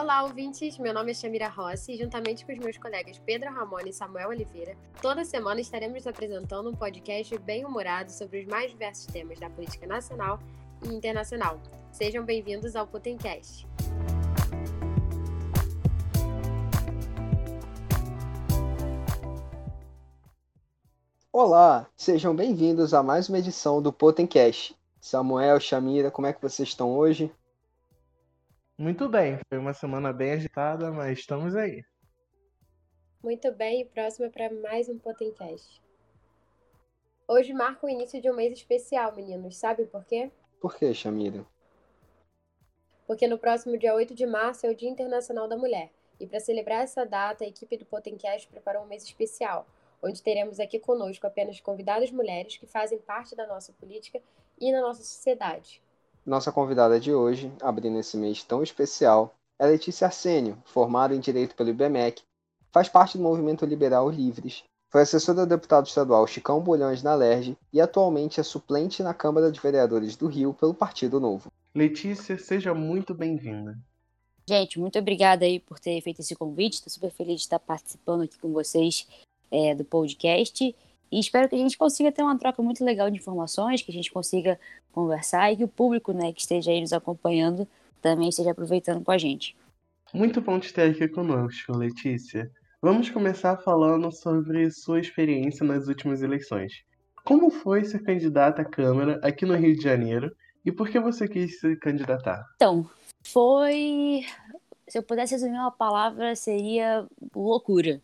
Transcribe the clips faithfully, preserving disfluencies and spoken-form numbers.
Olá, ouvintes! Meu nome é Shamira Rossi e, juntamente com os meus colegas Pedro Ramone e Samuel Oliveira, toda semana estaremos apresentando um podcast bem-humorado sobre os mais diversos temas da política nacional e internacional. Sejam bem-vindos ao Potencast. Olá, sejam bem-vindos a mais uma edição do Potencast. Samuel, Shamira, como é que vocês estão hoje? Muito bem, foi uma semana bem agitada, mas estamos aí. Muito bem, e próxima para mais um Potencast. Hoje marca o início de um mês especial, meninos. Sabe por quê? Por que, Shamira? Porque no próximo dia oito de março é o Dia Internacional da Mulher. E para celebrar essa data, a equipe do Potencast preparou um mês especial, onde teremos aqui conosco apenas convidadas mulheres que fazem parte da nossa política e na nossa sociedade. Nossa convidada de hoje, abrindo esse mês tão especial, é Letícia Arsênio, formada em Direito pelo I B M E C, faz parte do Movimento Liberal Livres, foi assessora do deputado estadual Chicão Bulhões na Alerj e atualmente é suplente na Câmara de Vereadores do Rio pelo Partido Novo. Letícia, seja muito bem-vinda. Gente, muito obrigada aí por ter feito esse convite. Estou super feliz de estar participando aqui com vocês é, do podcast. E espero que a gente consiga ter uma troca muito legal de informações, que a gente consiga conversar e que o público, né, que esteja aí nos acompanhando também esteja aproveitando com a gente. Muito bom te ter aqui conosco, Letícia. Vamos começar falando sobre sua experiência nas últimas eleições. Como foi ser candidata à Câmara aqui no Rio de Janeiro e por que você quis se candidatar? Então, foi... Se eu pudesse resumir uma palavra, seria loucura.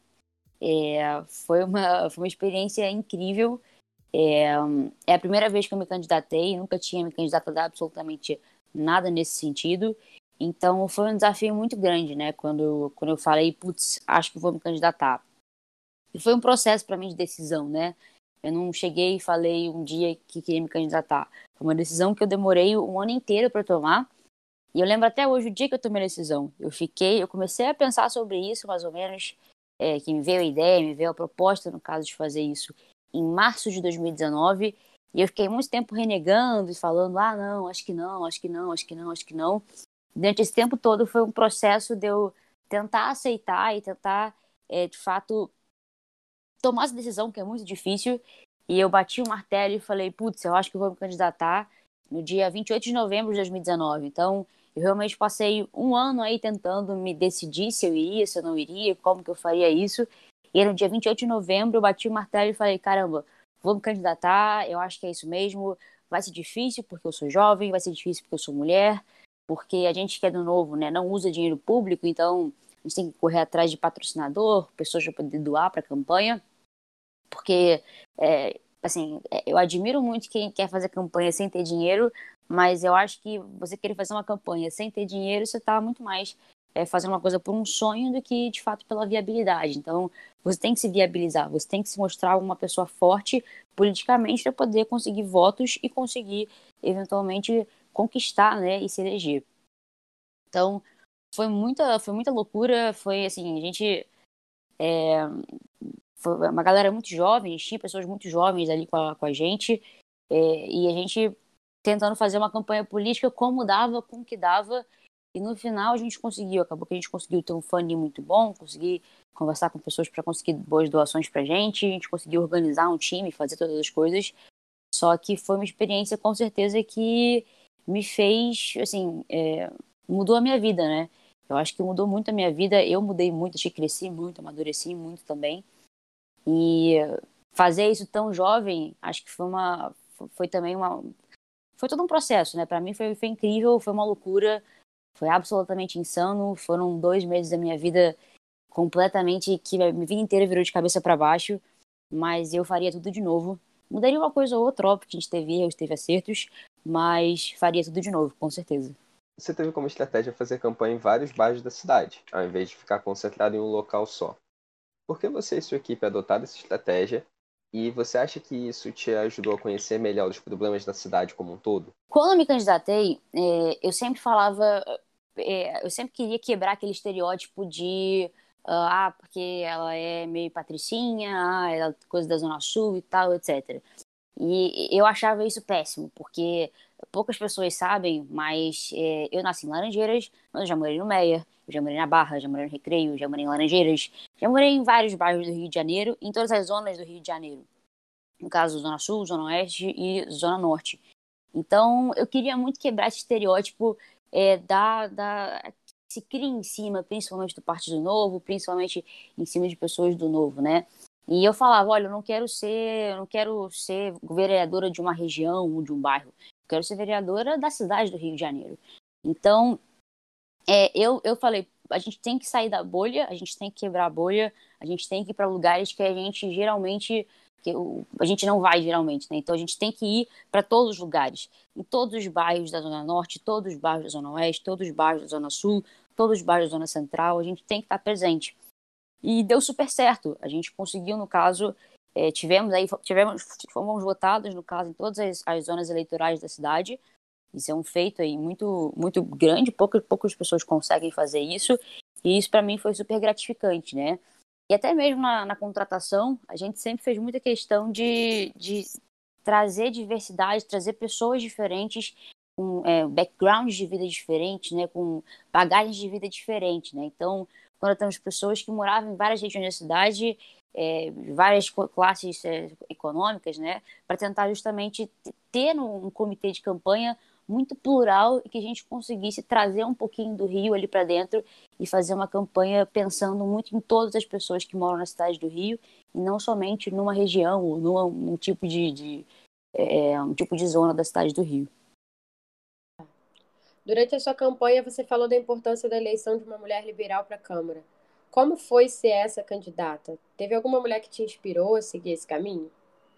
É, foi, uma, foi uma experiência incrível. É, é a primeira vez que eu me candidatei, nunca tinha me candidatado a absolutamente nada nesse sentido. Então foi um desafio muito grande, né? Quando, quando eu falei, putz, acho que vou me candidatar. E foi um processo para mim de decisão, né? Eu não cheguei e falei um dia que queria me candidatar. Foi uma decisão que eu demorei um ano inteiro para tomar. E eu lembro até hoje o dia que eu tomei a decisão. Eu fiquei, eu comecei a pensar sobre isso, mais ou menos, é, que me veio a ideia, me veio a proposta, no caso, de fazer isso em março de dois mil e dezenove. E eu fiquei muito tempo renegando e falando, ah, não, acho que não, acho que não, acho que não, acho que não. Durante esse tempo todo foi um processo de eu tentar aceitar e tentar, é, de fato, tomar essa decisão, que é muito difícil. E eu bati o martelo e falei, putz, eu acho que eu vou me candidatar no dia vinte e oito de novembro de dois mil e dezenove. Então, eu realmente passei um ano aí tentando me decidir se eu iria, se eu não iria, como que eu faria isso. E no dia vinte e oito de novembro eu bati o martelo e falei, caramba, vou me candidatar, eu acho que é isso mesmo. Vai ser difícil porque eu sou jovem, vai ser difícil porque eu sou mulher, porque a gente que é do novo, né, não usa dinheiro público, então a gente tem que correr atrás de patrocinador, pessoas para poder doar para a campanha. Porque, é, assim, eu admiro muito quem quer fazer campanha sem ter dinheiro, mas eu acho que você querer fazer uma campanha sem ter dinheiro, você está muito mais é, fazendo uma coisa por um sonho do que, de fato, pela viabilidade. Então, você tem que se viabilizar, você tem que se mostrar uma pessoa forte politicamente para poder conseguir votos e conseguir, eventualmente, conquistar, né, e se eleger. Então, foi muita, foi muita loucura, foi assim, a gente... É, foi uma galera muito jovem, tinha pessoas muito jovens ali com a, com a gente, é, e a gente tentando fazer uma campanha política como dava, com o que dava, e no final a gente conseguiu, acabou que a gente conseguiu ter um funding muito bom, conseguir conversar com pessoas para conseguir boas doações pra gente, a gente conseguiu organizar um time, fazer todas as coisas, só que foi uma experiência com certeza que me fez, assim, é, mudou a minha vida, né? Eu acho que mudou muito a minha vida, eu mudei muito, acho que cresci muito, amadureci muito também. E fazer isso tão jovem, acho que foi uma, foi também uma, foi todo um processo, né? Para mim foi, foi incrível, foi uma loucura, foi absolutamente insano. Foram dois meses da minha vida completamente que a minha vida inteira virou de cabeça para baixo, mas eu faria tudo de novo. Mudaria uma coisa ou outra, óbvio que a gente teve erros, teve acertos, mas faria tudo de novo, com certeza. Você teve como estratégia fazer campanha em vários bairros da cidade, ao invés de ficar concentrado em um local só. Por que você e sua equipe adotaram essa estratégia? E você acha que isso te ajudou a conhecer melhor os problemas da cidade como um todo? Quando eu me candidatei, é, eu sempre falava, é, eu sempre queria quebrar aquele estereótipo de ah, ah, porque ela é meio patricinha, ah, ela é coisa da Zona Sul e tal, etcétera. E eu achava isso péssimo, porque poucas pessoas sabem, mas é, eu nasci em Laranjeiras, mas eu já morei no Meia, Eu já morei na Barra, já morei no Recreio, já morei em Laranjeiras, já morei em vários bairros do Rio de Janeiro, em todas as zonas do Rio de Janeiro. No caso, Zona Sul, Zona Oeste e Zona Norte. Então, eu queria muito quebrar esse estereótipo é, da, da, que se cria em cima, principalmente do Partido Novo, principalmente em cima de pessoas do Novo, né? E eu falava, olha, eu não quero ser, eu não quero ser vereadora de uma região ou de um bairro. Eu quero ser vereadora da cidade do Rio de Janeiro. Então, é, eu, eu falei, a gente tem que sair da bolha, a gente tem que quebrar a bolha, a gente tem que ir para lugares que a gente geralmente, que eu, a gente não vai geralmente, né? Então a gente tem que ir para todos os lugares, em todos os bairros da Zona Norte, todos os bairros da Zona Oeste, todos os bairros da Zona Sul, todos os bairros da Zona Central, a gente tem que estar presente. E deu super certo, a gente conseguiu, no caso, é, tivemos aí, tivemos, fomos votados, no caso, em todas as, as zonas eleitorais da cidade. Isso é um feito aí muito, muito grande, poucas, poucas pessoas conseguem fazer isso, e isso para mim foi super gratificante, né? E até mesmo na, na contratação, a gente sempre fez muita questão de, de trazer diversidade, trazer pessoas diferentes, com é, backgrounds de vida diferentes, né? Com bagagens de vida diferentes, né? Então, quando temos pessoas que moravam em várias regiões da cidade, é, várias classes é, econômicas, né? Para tentar justamente ter um, um comitê de campanha muito plural e que a gente conseguisse trazer um pouquinho do Rio ali para dentro e fazer uma campanha pensando muito em todas as pessoas que moram na cidade do Rio e não somente numa região ou numa, num tipo de, de é, um tipo de zona da cidade do Rio. Durante a sua campanha, você falou da importância da eleição de uma mulher liberal para a Câmara. Como foi ser essa candidata? Teve alguma mulher que te inspirou a seguir esse caminho?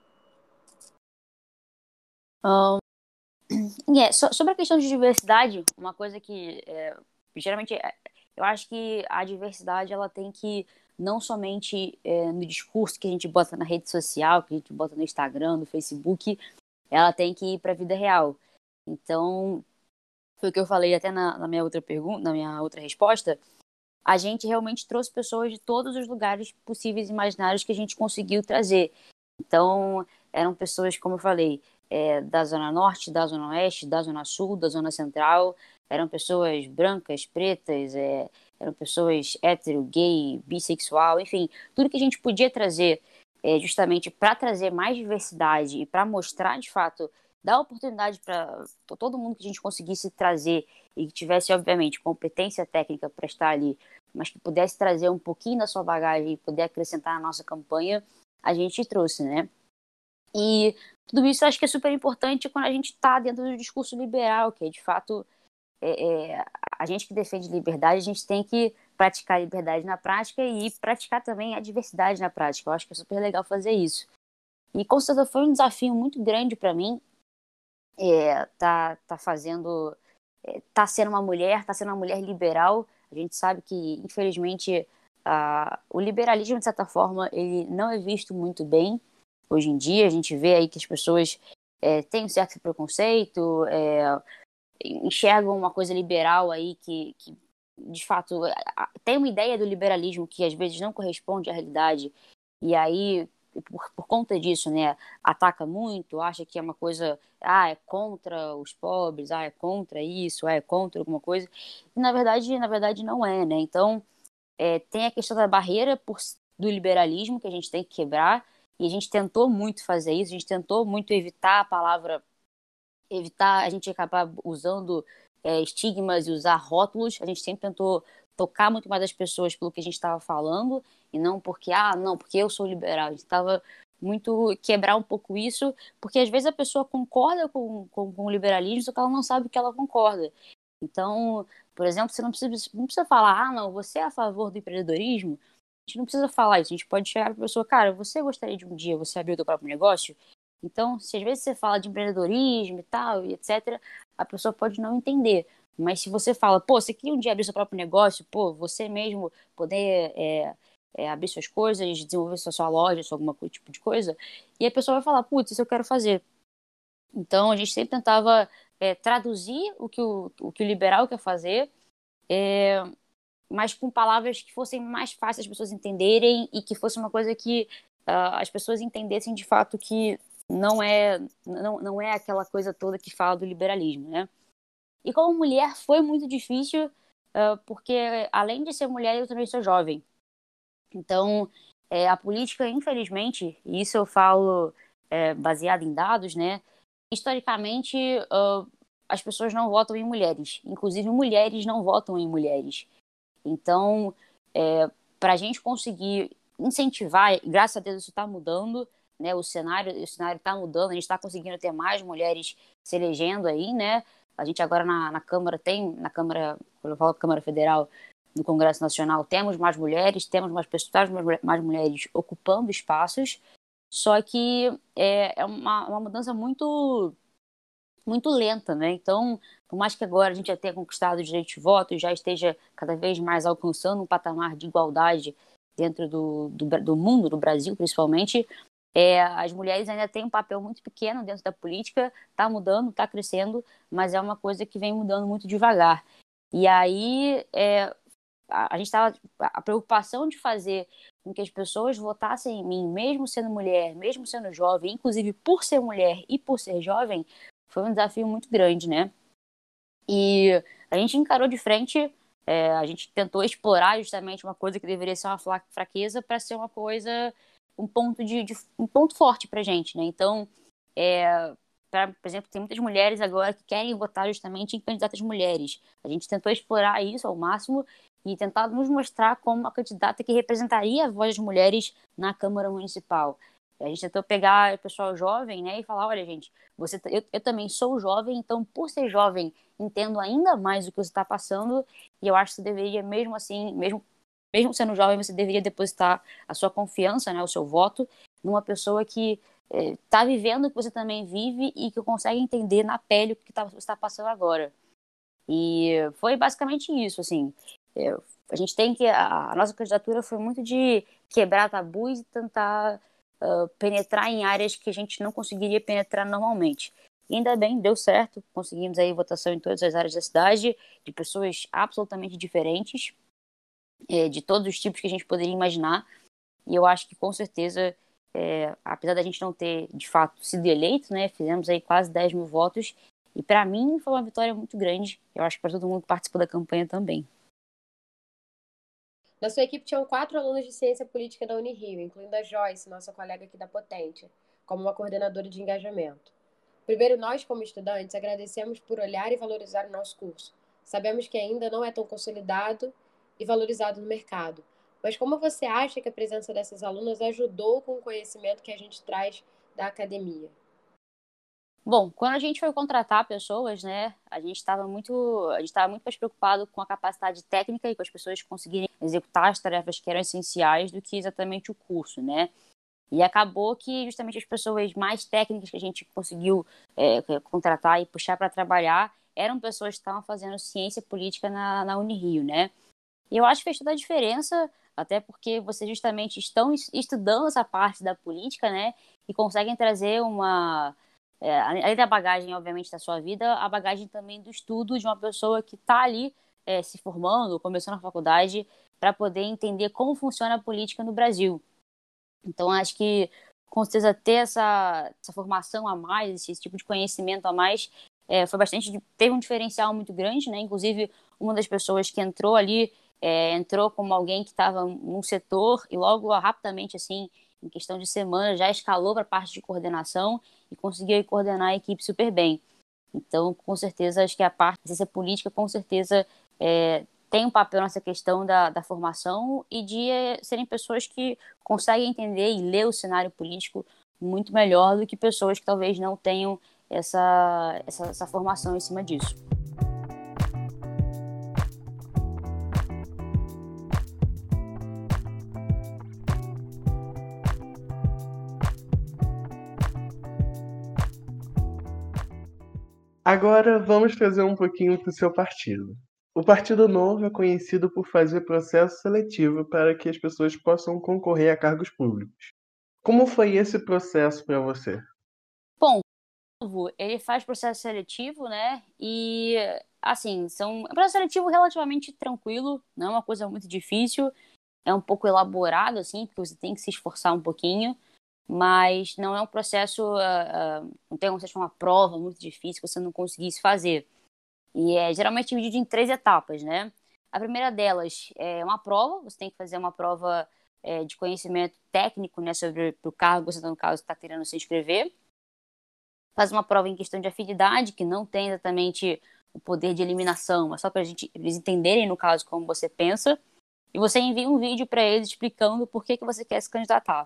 Um, yeah, so, sobre a questão de diversidade, uma coisa que é, geralmente eu acho que a diversidade ela tem que não somente é, no discurso que a gente bota na rede social, que a gente bota no Instagram, no Facebook, ela tem que ir para a vida real. Então, foi o que eu falei até na, na minha outra pergunta, na minha outra resposta. A gente realmente trouxe pessoas de todos os lugares possíveis e imaginários que a gente conseguiu trazer. Então, eram pessoas, como eu falei, é, da Zona Norte, da Zona Oeste, da Zona Sul, da Zona Central. Eram pessoas brancas, pretas, é, eram pessoas hétero, gay, bissexual, enfim, tudo que a gente podia trazer é, justamente para trazer mais diversidade e para mostrar, de fato, dar oportunidade para todo mundo que a gente conseguisse trazer e que tivesse, obviamente, competência técnica para estar ali, mas que pudesse trazer um pouquinho da sua bagagem e poder acrescentar na nossa campanha, a gente trouxe, né? E tudo isso eu acho que é super importante quando a gente está dentro do discurso liberal, que é, de fato, é, é, a gente que defende liberdade, a gente tem que praticar a liberdade na prática e praticar também a diversidade na prática. Eu acho que é super legal fazer isso. E, com certeza, foi um desafio muito grande para mim é, tá, tá fazendo... Tá sendo uma mulher, tá sendo uma mulher liberal. A gente sabe que, infelizmente, a, o liberalismo, de certa forma, ele não é visto muito bem hoje em dia. A gente vê aí que as pessoas é, têm um certo preconceito, é, enxergam uma coisa liberal aí que, que de fato, tem uma ideia do liberalismo que às vezes não corresponde à realidade. E aí, por, por conta disso, né, ataca muito, acha que é uma coisa, ah, é contra os pobres, ah, é contra isso, ah, é contra alguma coisa. E, na verdade, na verdade não é, né? Então, é, tem a questão da barreira por, do liberalismo que a gente tem que quebrar, e a gente tentou muito fazer isso, a gente tentou muito evitar a palavra, evitar a gente acabar usando é, estigmas e usar rótulos. A gente sempre tentou tocar muito mais as pessoas pelo que a gente estava falando, e não porque, ah, não, porque eu sou liberal. A gente estava muito quebrar um pouco isso, porque às vezes a pessoa concorda com, com, com o liberalismo, só que ela não sabe que ela concorda. Então, por exemplo, você não precisa, não precisa falar, ah, não, você é a favor do empreendedorismo. A gente não precisa falar isso, a gente pode chegar para a pessoa, cara, você gostaria de um dia você abrir o seu próprio negócio? Então, se às vezes você fala de empreendedorismo e tal, e etcétera, a pessoa pode não entender. Mas se você fala, pô, você queria um dia abrir seu próprio negócio, pô, você mesmo poder é, é, abrir suas coisas, desenvolver sua, sua loja, sua alguma tipo de coisa, e a pessoa vai falar, putz, isso eu quero fazer. Então, a gente sempre tentava é, traduzir o que o, o que o liberal quer fazer, é, mas com palavras que fossem mais fáceis as pessoas entenderem e que fosse uma coisa que uh, as pessoas entendessem de fato que não é, não, não é aquela coisa toda que fala do liberalismo, né? E como mulher foi muito difícil uh, porque além de ser mulher, eu também sou jovem. Então, é, a política, infelizmente, e isso eu falo é, baseado em dados, né? Historicamente, uh, as pessoas não votam em mulheres. Inclusive, mulheres não votam em mulheres. Então, é, para a gente conseguir incentivar, graças a Deus isso está mudando, né? O cenário o cenário está mudando, a gente está conseguindo ter mais mulheres se elegendo aí, né? A gente agora na, na Câmara tem, na Câmara, quando eu falo Câmara Federal, no Congresso Nacional, temos mais mulheres, temos mais pessoas, mais, mais mulheres ocupando espaços, só que é, é uma, uma mudança muito muito lenta, né? Então, por mais que agora a gente já tenha conquistado o direito de voto e já esteja cada vez mais alcançando um patamar de igualdade dentro do, do, do mundo, do Brasil principalmente, é, as mulheres ainda têm um papel muito pequeno dentro da política, está mudando, está crescendo, mas é uma coisa que vem mudando muito devagar. E aí, é, a, a gente estava... A preocupação de fazer com que as pessoas votassem em mim, mesmo sendo mulher, mesmo sendo jovem, inclusive por ser mulher e por ser jovem, foi um desafio muito grande, né? E a gente encarou de frente, é, a gente tentou explorar justamente uma coisa que deveria ser uma fraqueza para ser uma coisa, um ponto, de, de um ponto forte pra gente, né? Então, é, pra, por exemplo, tem muitas mulheres agora que querem votar justamente em candidatas mulheres. A gente tentou explorar isso ao máximo e tentar nos mostrar como uma candidata que representaria a voz das mulheres na Câmara Municipal. A gente tentou pegar o pessoal jovem, né, e falar, olha, gente, você, eu, eu também sou jovem, então, por ser jovem, entendo ainda mais o que você está passando, e eu acho que você deveria, mesmo assim, mesmo, mesmo sendo jovem, você deveria depositar a sua confiança, né, o seu voto, numa pessoa que está é, vivendo o que você também vive e que consegue entender na pele o que tá, você está passando agora. E foi basicamente isso, assim. É, a gente tem que... A, a nossa candidatura foi muito de quebrar tabus e tentar... Uh, penetrar em áreas que a gente não conseguiria penetrar normalmente. E ainda bem, deu certo, conseguimos aí votação em todas as áreas da cidade, de pessoas absolutamente diferentes, é, de todos os tipos que a gente poderia imaginar, e eu acho que com certeza, é, apesar da gente não ter de fato sido eleito, né, fizemos aí quase dez mil votos, e para mim foi uma vitória muito grande, eu acho que para todo mundo que participou da campanha também. Na sua equipe tinham quatro alunos de ciência política da Unirio, incluindo a Joyce, nossa colega aqui da Potente, como uma coordenadora de engajamento. Primeiro, nós, como estudantes, agradecemos por olhar e valorizar o nosso curso. Sabemos que ainda não é tão consolidado e valorizado no mercado. Mas como você acha que a presença dessas alunas ajudou com o conhecimento que a gente traz da academia? Bom, quando a gente foi contratar pessoas, né, a gente estava muito, a gente estava muito mais preocupado com a capacidade técnica e com as pessoas conseguirem executar as tarefas que eram essenciais do que exatamente o curso, né? E acabou que justamente as pessoas mais técnicas que a gente conseguiu é, contratar e puxar para trabalhar eram pessoas que estavam fazendo ciência política na, na Unirio, né? E eu acho que fez toda a diferença, até porque vocês justamente estão estudando essa parte da política, né? E conseguem trazer uma... É, além da bagagem, obviamente, da sua vida, a bagagem também do estudo de uma pessoa que está ali é, se formando, começando a faculdade, para poder entender como funciona a política no Brasil. Então, acho que, com certeza, ter essa, essa formação a mais, esse, esse tipo de conhecimento a mais, é, foi bastante, teve um diferencial muito grande, né? Inclusive, uma das pessoas que entrou ali, é, entrou como alguém que estava num setor e logo, rapidamente, assim, em questão de semana, já escalou para a parte de coordenação e conseguiu coordenar a equipe super bem. Então, com certeza, acho que a parte da ciência política, com certeza, é, tem um papel nessa questão da, da formação e de é, serem pessoas que conseguem entender e ler o cenário político muito melhor do que pessoas que talvez não tenham essa, essa, essa formação em cima disso. Agora vamos trazer um pouquinho para o seu partido. O Partido Novo é conhecido por fazer processo seletivo para que as pessoas possam concorrer a cargos públicos. Como foi esse processo para você? Bom, o Novo, ele faz processo seletivo, né? E, assim, são... é um processo seletivo relativamente tranquilo, não é uma coisa muito difícil, é um pouco elaborado, assim, porque você tem que se esforçar um pouquinho, mas não é um processo, uh, uh, não tem como seja uma prova muito difícil que você não conseguisse fazer. E é geralmente dividido em três etapas, né? A primeira delas é uma prova, você tem que fazer uma prova é, de conhecimento técnico, né, sobre o cargo que você, no caso, está querendo se inscrever. Faz uma prova em questão de afinidade, que não tem exatamente o poder de eliminação, mas só para eles entenderem, no caso, como você pensa. E você envia um vídeo para eles explicando por que, que você quer se candidatar.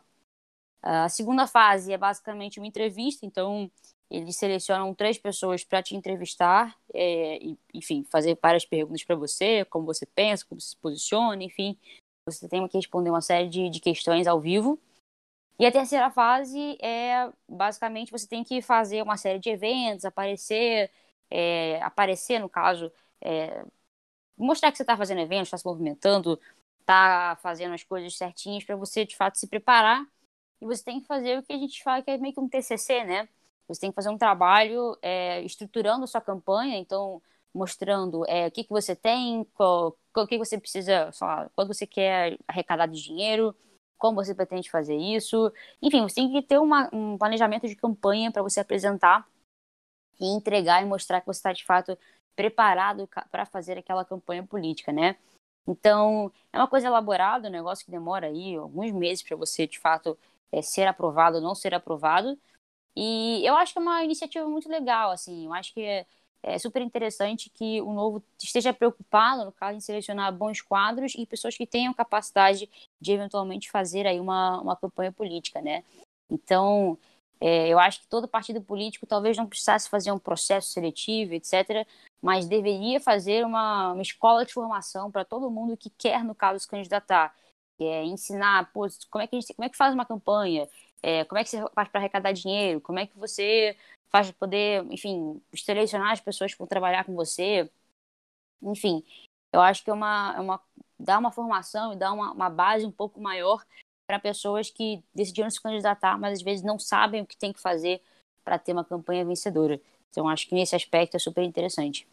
A segunda fase é basicamente uma entrevista, então eles selecionam três pessoas para te entrevistar, é, e, enfim, fazer várias perguntas para você, como você pensa, como você se posiciona, enfim. Você tem que responder uma série de, de questões ao vivo. E a terceira fase é, basicamente, você tem que fazer uma série de eventos, aparecer, é, aparecer, no caso, é, mostrar que você está fazendo eventos, está se movimentando, está fazendo as coisas certinhas para você, de fato, se preparar. E você tem que fazer o que a gente fala que é meio que um T C C, né? Você tem que fazer um trabalho é, estruturando a sua campanha, então mostrando é, o que, que você tem, qual, o que você precisa, sei lá, quando você quer arrecadar de dinheiro, como você pretende fazer isso. Enfim, você tem que ter uma, um planejamento de campanha para você apresentar e entregar e mostrar que você está, de fato, preparado para fazer aquela campanha política, né? Então, é uma coisa elaborada, um negócio que demora aí alguns meses para você, de fato, é, ser aprovado ou não ser aprovado. E eu acho que é uma iniciativa muito legal, assim. Eu acho que é, é super interessante que o Novo esteja preocupado, no caso, em selecionar bons quadros e pessoas que tenham capacidade de, eventualmente, fazer aí uma, uma campanha política, né? Então, é, eu acho que todo partido político talvez não precisasse fazer um processo seletivo, etcétera, mas deveria fazer uma, uma escola de formação para todo mundo que quer, no caso, se candidatar. Que é ensinar, pô, como é que a gente, como é que faz uma campanha, é, como é que você faz para arrecadar dinheiro, como é que você faz para poder, enfim, selecionar as pessoas que vão trabalhar com você. Enfim, eu acho que é uma, é uma dá uma formação e dá uma, uma base um pouco maior para pessoas que decidiram se candidatar, mas às vezes não sabem o que tem que fazer para ter uma campanha vencedora. Então, acho que nesse aspecto é super interessante.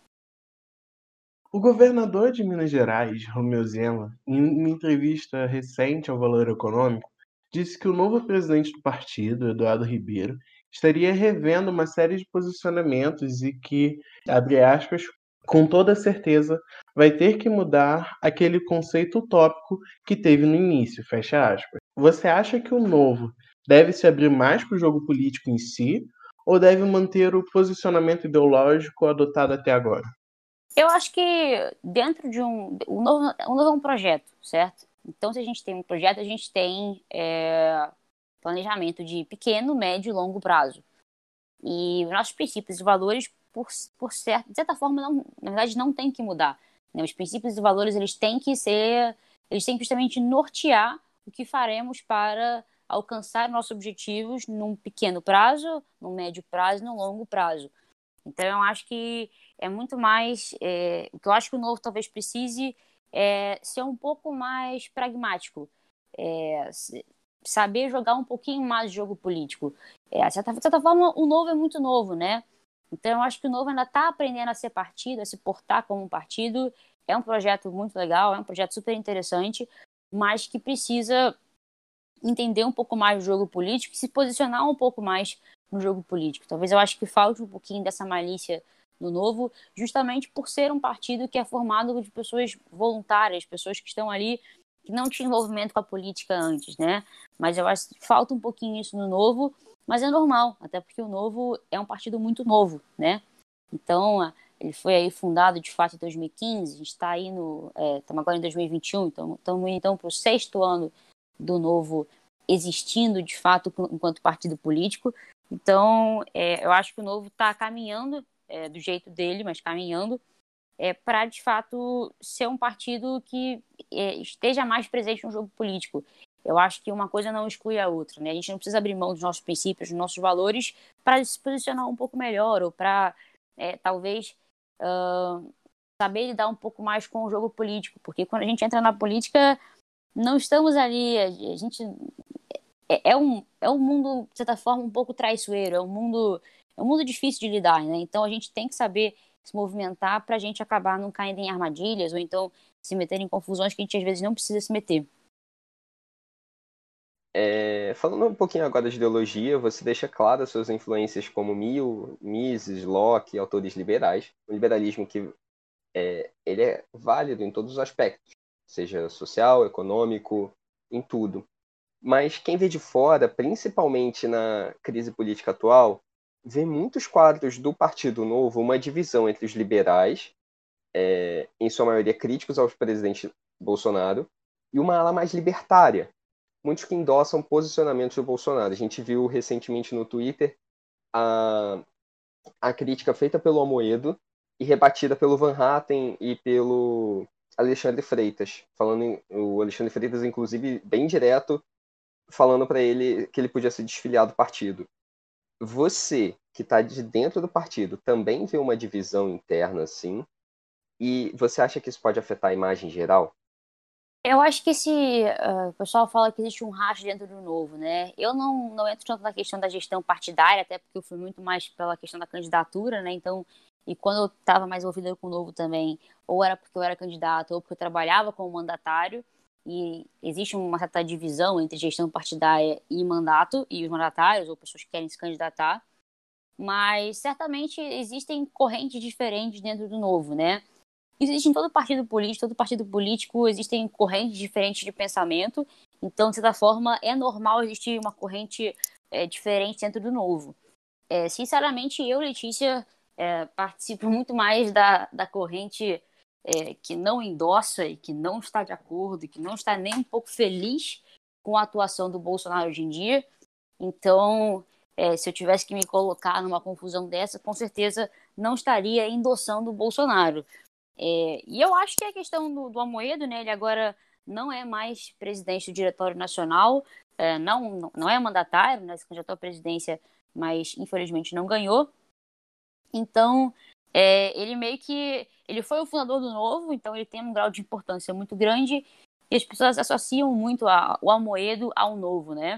O governador de Minas Gerais, Romeu Zema, em uma entrevista recente ao Valor Econômico, disse que o novo presidente do partido, Eduardo Ribeiro, estaria revendo uma série de posicionamentos e que, abre aspas, com toda certeza, vai ter que mudar aquele conceito utópico que teve no início, fecha aspas. Você acha que o novo deve se abrir mais para o jogo político em si ou deve manter o posicionamento ideológico adotado até agora? Eu acho que dentro de um... O novo, o novo é um projeto, certo? Então, se a gente tem um projeto, a gente tem é, planejamento de pequeno, médio e longo prazo. E nossos princípios e valores, por, por certo, de certa forma, não, na verdade, não tem que mudar. Né? Os princípios e valores, eles têm que ser... Eles têm que justamente nortear o que faremos para alcançar nossos objetivos num pequeno prazo, num médio prazo e num longo prazo. Então, eu acho que é muito mais... É, o que eu acho que o novo talvez precise é ser um pouco mais pragmático. É, saber jogar um pouquinho mais de jogo político. É, de, certa, de certa forma, o novo é muito novo, né? Então, eu acho que o novo ainda está aprendendo a ser partido, a se portar como um partido. É um projeto muito legal, é um projeto super interessante, mas que precisa entender um pouco mais do jogo político e se posicionar um pouco mais no jogo político. Talvez eu acho que falte um pouquinho dessa malícia no Novo, justamente por ser um partido que é formado de pessoas voluntárias, pessoas que estão ali, que não tinham envolvimento com a política antes, né? Mas eu acho que falta um pouquinho isso no Novo, mas é normal, até porque o Novo é um partido muito novo, né? Então, ele foi aí fundado, de fato, em dois mil e quinze, a gente está aí no... Estamos é, agora em dois mil e vinte e um, então estamos então para o sexto ano do Novo existindo, de fato, enquanto partido político. Então, é, eu acho que o Novo está caminhando, é, do jeito dele, mas caminhando, é, para, de fato, ser um partido que é, esteja mais presente no jogo político. Eu acho que uma coisa não exclui a outra, né? A gente não precisa abrir mão dos nossos princípios, dos nossos valores, para se posicionar um pouco melhor, ou para, é, talvez, uh, saber lidar um pouco mais com o jogo político, porque quando a gente entra na política, não estamos ali, a gente... É, é, um, é um mundo, de certa forma, um pouco traiçoeiro, é um mundo, é um mundo difícil de lidar, né? Então a gente tem que saber se movimentar para a gente acabar não caindo em armadilhas ou então se meter em confusões que a gente às vezes não precisa se meter. É, falando um pouquinho agora de ideologia, você deixa claras suas influências como Mill, Mises, Locke, autores liberais, o liberalismo que é, ele é válido em todos os aspectos, seja social, econômico, em tudo. Mas quem vê de fora, principalmente na crise política atual, vê muitos quadros do Partido Novo uma divisão entre os liberais, é, em sua maioria críticos ao presidente Bolsonaro, e uma ala mais libertária, muitos que endossam posicionamentos do Bolsonaro. A gente viu recentemente no Twitter a, a crítica feita pelo Amoedo e rebatida pelo Van Hatten e pelo Alexandre Freitas, falando em, o Alexandre Freitas, inclusive, bem direto, falando para ele que ele podia ser desfiliado do partido. Você, que está de dentro do partido, também vê uma divisão interna assim? E você acha que isso pode afetar a imagem geral? Eu acho que esse, uh, o pessoal fala que existe um racho dentro do Novo, né? Eu não, não entro tanto na questão da gestão partidária, até porque eu fui muito mais pela questão da candidatura, né? Então, e quando eu estava mais envolvida com o Novo também, ou era porque eu era candidato, ou porque eu trabalhava como mandatário, e existe uma certa divisão entre gestão partidária e mandato, e os mandatários, ou pessoas que querem se candidatar, mas certamente existem correntes diferentes dentro do Novo, né? Existe em todo partido político, todo partido político existem correntes diferentes de pensamento, então, de certa forma, é normal existir uma corrente é, diferente dentro do Novo. É, sinceramente, eu, Letícia, é, participo muito mais da, da corrente é, que não endossa e que não está de acordo, e que não está nem um pouco feliz com a atuação do Bolsonaro hoje em dia. Então, é, se eu tivesse que me colocar numa confusão dessa, com certeza não estaria endossando o Bolsonaro. É, e eu acho que a questão do, do Amoedo, né, ele agora não é mais presidente do Diretório Nacional, é, não, não é mandatário, né, se candidatou à presidência, mas infelizmente não ganhou. Então, é, ele meio que ele foi o fundador do Novo, então ele tem um grau de importância muito grande e as pessoas associam muito a, o Amoedo ao Novo, né?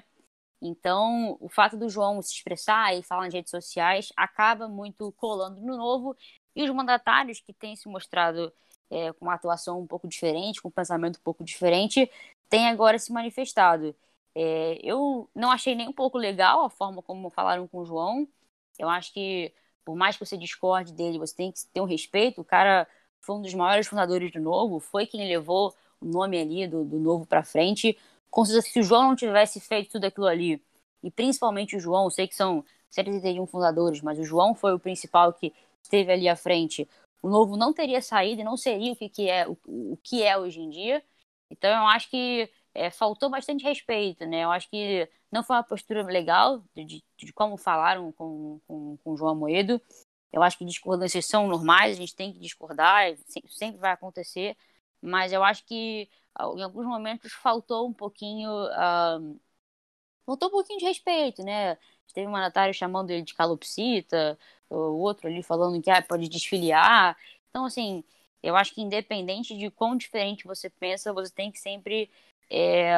Então, o fato do João se expressar e falar nas redes sociais acaba muito colando no Novo. E os mandatários que têm se mostrado é, com uma atuação um pouco diferente, com um pensamento um pouco diferente, têm agora se manifestado. É, eu não achei nem um pouco legal a forma como falaram com o João. Eu acho que, por mais que você discorde dele, você tem que ter um respeito. O cara foi um dos maiores fundadores do Novo, foi quem levou o nome ali do, do Novo para frente. Com certeza, se o João não tivesse feito tudo aquilo ali, e principalmente o João, eu sei que são setenta e um fundadores, mas o João foi o principal que esteve ali à frente, o Novo não teria saído e não seria o que, que é o, o que é hoje em dia. Então eu acho que é, faltou bastante respeito, né? Eu acho que não foi uma postura legal de, de, de como falaram com, com, com o João Amoedo. Eu acho que discordâncias são normais, a gente tem que discordar, sempre vai acontecer, mas eu acho que em alguns momentos faltou um pouquinho uh, faltou um pouquinho de respeito, né? Teve um mandatário chamando ele de calopsita, o outro ali falando que ah, pode desfiliar. Então, assim, eu acho que independente de quão diferente você pensa, você tem que sempre é,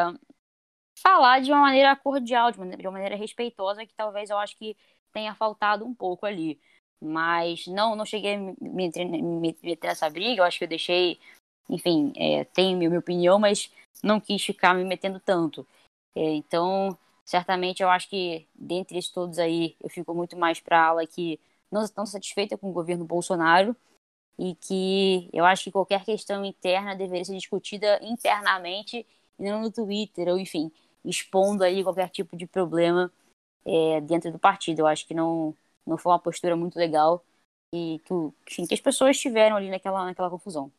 falar de uma maneira cordial, de uma, de uma maneira respeitosa, que talvez eu acho que tenha faltado um pouco ali. Mas não, não cheguei a me, me, me meter nessa briga, eu acho que eu deixei, enfim, é, tenho minha, minha opinião, mas não quis ficar me metendo tanto. É, então, certamente eu acho que, dentre esses todos aí, eu fico muito mais para a ala que não está satisfeita com o governo Bolsonaro e que eu acho que qualquer questão interna deveria ser discutida internamente e não no Twitter, ou enfim, expondo aí qualquer tipo de problema é, dentro do partido. Eu acho que não, não foi uma postura muito legal e que, enfim, que as pessoas tiveram ali naquela, naquela confusão.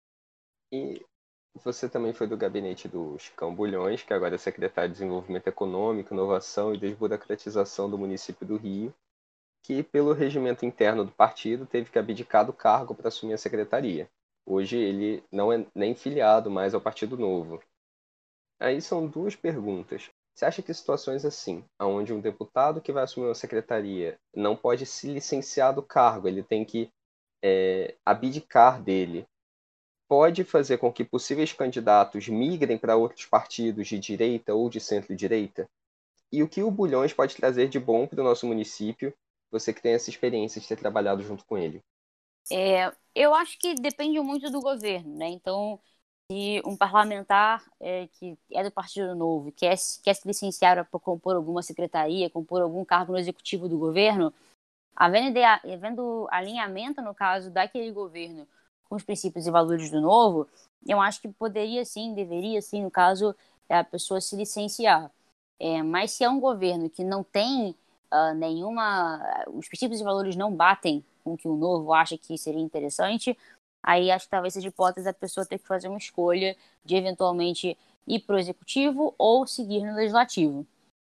E você também foi do gabinete do Chicão Bulhões, que agora é secretário de Desenvolvimento Econômico, Inovação e Desburocratização do município do Rio, que, pelo regimento interno do partido, teve que abdicar do cargo para assumir a secretaria. Hoje ele não é nem filiado mais ao Partido Novo. Aí são duas perguntas. Você acha que situações assim, onde um deputado que vai assumir uma secretaria não pode se licenciar do cargo, ele tem que é, abdicar dele, pode fazer com que possíveis candidatos migrem para outros partidos de direita ou de centro-direita? E o que o Bulhões pode trazer de bom para o nosso município, você que tem essa experiência de ter trabalhado junto com ele? É, eu acho que depende muito do governo, né? Então, se um parlamentar é, que é do Partido Novo quer, quer se licenciar para compor alguma secretaria, compor algum cargo no executivo do governo, havendo, havendo alinhamento, no caso, daquele governo com os princípios e valores do Novo, eu acho que poderia sim, deveria sim, no caso, a pessoa se licenciar. É, mas se é um governo que não tem uh, nenhuma... Os princípios e valores não batem com o que o Novo acha que seria interessante, aí acho que talvez seja hipótese da pessoa ter que fazer uma escolha de eventualmente ir para o executivo ou seguir no legislativo.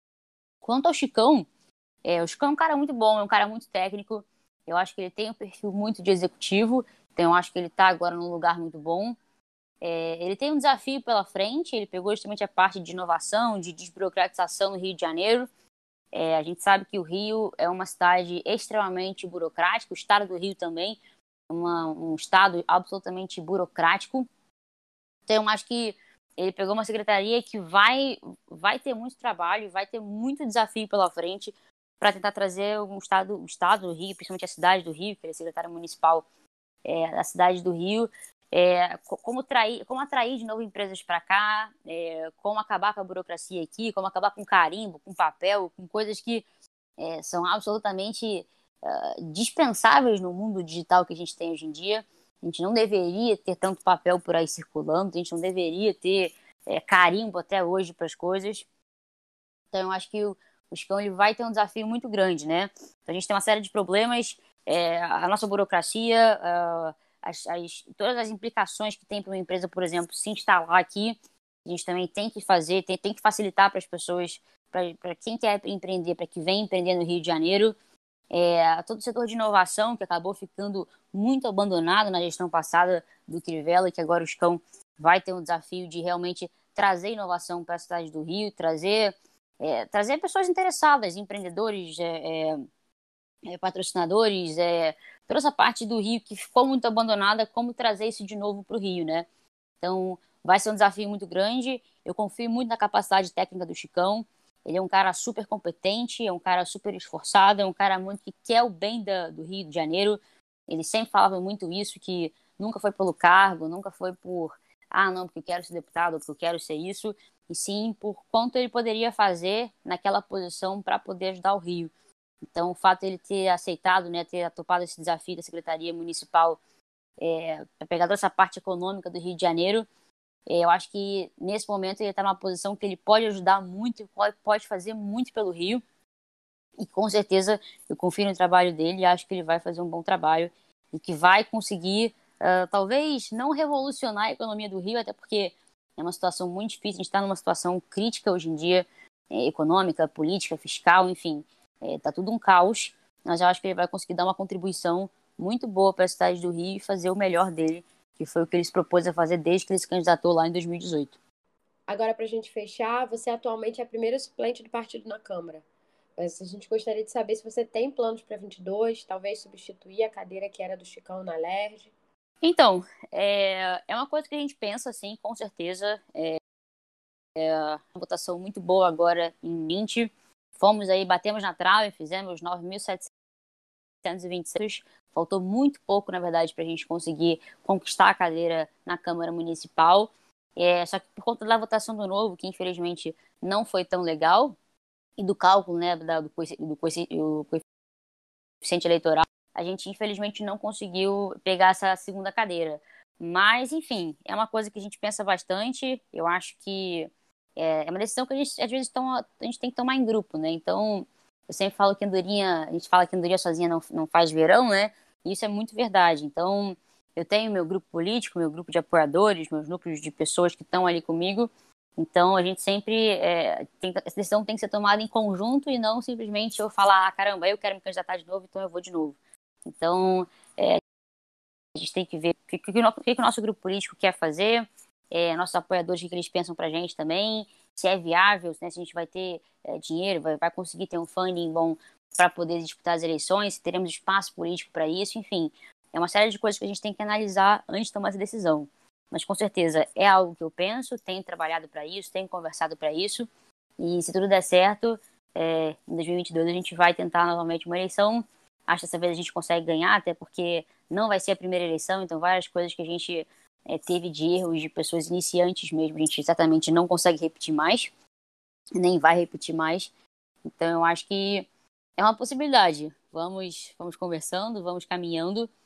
Quanto ao Chicão, é, o Chicão é um cara muito bom, é um cara muito técnico. Eu acho que ele tem um perfil muito de executivo, então eu acho que ele está agora num lugar muito bom. É, ele tem um desafio pela frente, ele pegou justamente a parte de inovação, de desburocratização no Rio de Janeiro. É, a gente sabe que o Rio é uma cidade extremamente burocrática, o estado do Rio também é uma, um estado absolutamente burocrático. Então eu acho que ele pegou uma secretaria que vai, vai ter muito trabalho, vai ter muito desafio pela frente para tentar trazer um estado, o estado do Rio, principalmente a cidade do Rio, que ele é secretário municipal é, da cidade do Rio, é, como, trair, como atrair de novo empresas para cá, é, como acabar com a burocracia aqui, como acabar com carimbo, com papel, com coisas que é, são absolutamente uh, dispensáveis no mundo digital que a gente tem hoje em dia. A gente não deveria ter tanto papel por aí circulando, a gente não deveria ter é, carimbo até hoje para as coisas. Então, eu acho que o, o Chicão ele vai ter um desafio muito grande, né? Então, a gente tem uma série de problemas, é, a nossa burocracia, uh, as, as, todas as implicações que tem para uma empresa, por exemplo, se instalar aqui, a gente também tem que fazer, tem, tem que facilitar para as pessoas, para quem quer empreender, para que vem empreender no Rio de Janeiro. É, todo o setor de inovação, que acabou ficando muito abandonado na gestão passada do Crivella, que agora o Chicão vai ter um desafio de realmente trazer inovação para a cidade do Rio, trazer, é, trazer pessoas interessadas, empreendedores, é, é, é, patrocinadores, é, toda essa parte do Rio que ficou muito abandonada, como trazer isso de novo para o Rio, né? Então, vai ser um desafio muito grande. Eu confio muito na capacidade técnica do Chicão. Ele é um cara super competente, é um cara super esforçado, é um cara muito que quer o bem da, do Rio de Janeiro. Ele sempre falava muito isso, que nunca foi pelo cargo, nunca foi por, ah, não, porque eu quero ser deputado, porque eu quero ser isso, e sim por quanto ele poderia fazer naquela posição para poder ajudar o Rio. Então, o fato de ele ter aceitado, né, ter topado esse desafio da Secretaria Municipal é, para pegar toda essa parte econômica do Rio de Janeiro, eu acho que nesse momento ele está numa posição que ele pode ajudar muito, pode fazer muito pelo Rio. E com certeza eu confio no trabalho dele e acho que ele vai fazer um bom trabalho e que vai conseguir, uh, talvez não revolucionar a economia do Rio, até porque é uma situação muito difícil, a gente está numa situação crítica hoje em dia, é, econômica, política, fiscal, enfim, está é, tudo um caos, mas eu acho que ele vai conseguir dar uma contribuição muito boa para a cidade do Rio e fazer o melhor dele, que foi o que ele se propôs a fazer desde que ele se candidatou lá em dois mil e dezoito. Agora, para a gente fechar, você atualmente é a primeira suplente do partido na Câmara. Mas a gente gostaria de saber se você tem planos para vinte e dois, talvez substituir a cadeira que era do Chicão na Alerj. Então, é, é uma coisa que a gente pensa, assim, com certeza. É, é uma votação muito boa agora em vinte. Fomos aí, batemos na trave, fizemos nove mil setecentos e vinte e seis. Faltou muito pouco, na verdade, para a gente conseguir conquistar a cadeira na Câmara Municipal. É, só que por conta da votação do Novo, que infelizmente não foi tão legal, e do cálculo, né, da, do, do, do coeficiente eleitoral, a gente infelizmente não conseguiu pegar essa segunda cadeira. Mas, enfim, é uma coisa que a gente pensa bastante. Eu acho que é, é uma decisão que a gente, às vezes, toma, a gente tem que tomar em grupo, né? Então, eu sempre falo que andorinha, a gente fala que andorinha sozinha não, não faz verão, né? E isso é muito verdade. Então, eu tenho meu grupo político, meu grupo de apoiadores, meus núcleos de pessoas que estão ali comigo. Então, a gente sempre... É, tem, essa decisão tem que ser tomada em conjunto e não simplesmente eu falar, ah, caramba, eu quero me candidatar de novo, então eu vou de novo. Então, é, a gente tem que ver o que, que, que, que o nosso grupo político quer fazer, é, nossos apoiadores, o que eles pensam pra gente também, se é viável, né, se a gente vai ter é, dinheiro, vai, vai conseguir ter um funding bom para poder disputar as eleições, se teremos espaço político para isso, enfim. É uma série de coisas que a gente tem que analisar antes de tomar essa decisão. Mas, com certeza, é algo que eu penso, tenho trabalhado para isso, tenho conversado para isso. E, se tudo der certo, é, em dois mil e vinte e dois a gente vai tentar novamente uma eleição. Acho que dessa vez a gente consegue ganhar, até porque não vai ser a primeira eleição. Então, várias coisas que a gente é, teve de erros de pessoas iniciantes mesmo, a gente exatamente não consegue repetir mais, nem vai repetir mais. Então, eu acho que é uma possibilidade. Vamos, vamos conversando, vamos caminhando.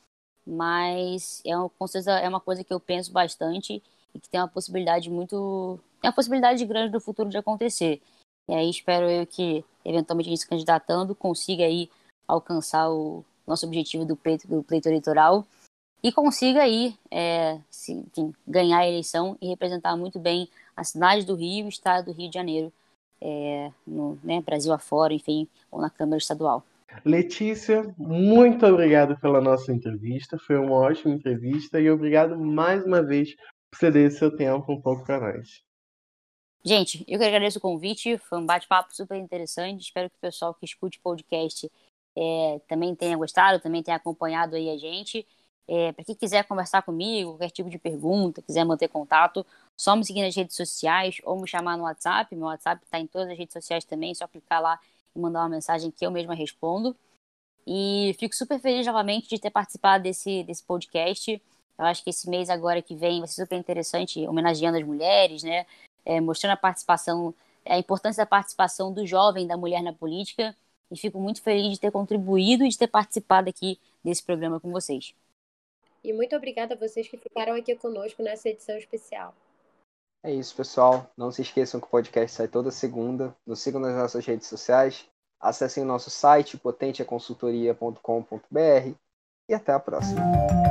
mas é uma, com certeza é uma coisa que eu penso bastante e que tem uma possibilidade muito, tem uma possibilidade grande do futuro de acontecer. E aí espero eu que, eventualmente, a gente se candidatando, consiga aí alcançar o nosso objetivo do pleito, do pleito eleitoral e consiga aí, é, se, enfim, ganhar a eleição e representar muito bem a cidade do Rio e o estado do Rio de Janeiro, é, no, né, Brasil afora, enfim, ou na Câmara Estadual. Letícia, muito obrigado pela nossa entrevista. Foi uma ótima entrevista e obrigado mais uma vez por ceder seu tempo um pouco para nós. Gente, eu que agradeço o convite, foi um bate-papo super interessante. Espero que o pessoal que escute o podcast é, também tenha gostado, também tenha acompanhado aí a gente. É, para quem quiser conversar comigo, qualquer tipo de pergunta, quiser manter contato, só me seguir nas redes sociais ou me chamar no WhatsApp. Meu WhatsApp está em todas as redes sociais também, só clicar lá e mandar uma mensagem que eu mesma respondo. E fico super feliz novamente de ter participado desse, desse podcast. Eu acho que esse mês agora que vem vai ser super interessante, homenageando as mulheres, né? É, mostrando a participação, a importância da participação do jovem, da mulher na política. E fico muito feliz de ter contribuído e de ter participado aqui desse programa com vocês. E muito obrigada a vocês que ficaram aqui conosco nessa edição especial. É isso, pessoal. Não se esqueçam que o podcast sai toda segunda. Nos sigam nas nossas redes sociais. Acessem o nosso site, potenteaconsultoria ponto com ponto b r. E até a próxima.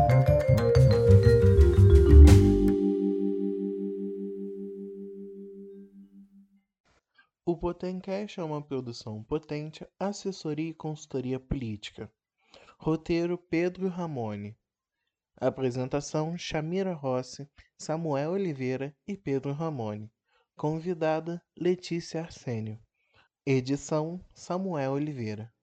O Potencast é uma produção Potente, assessoria e consultoria política. Roteiro Pedro Ramone. Apresentação Chamira Rossi, Samuel Oliveira e Pedro Ramone. Convidada Letícia Arsênio. Edição Samuel Oliveira.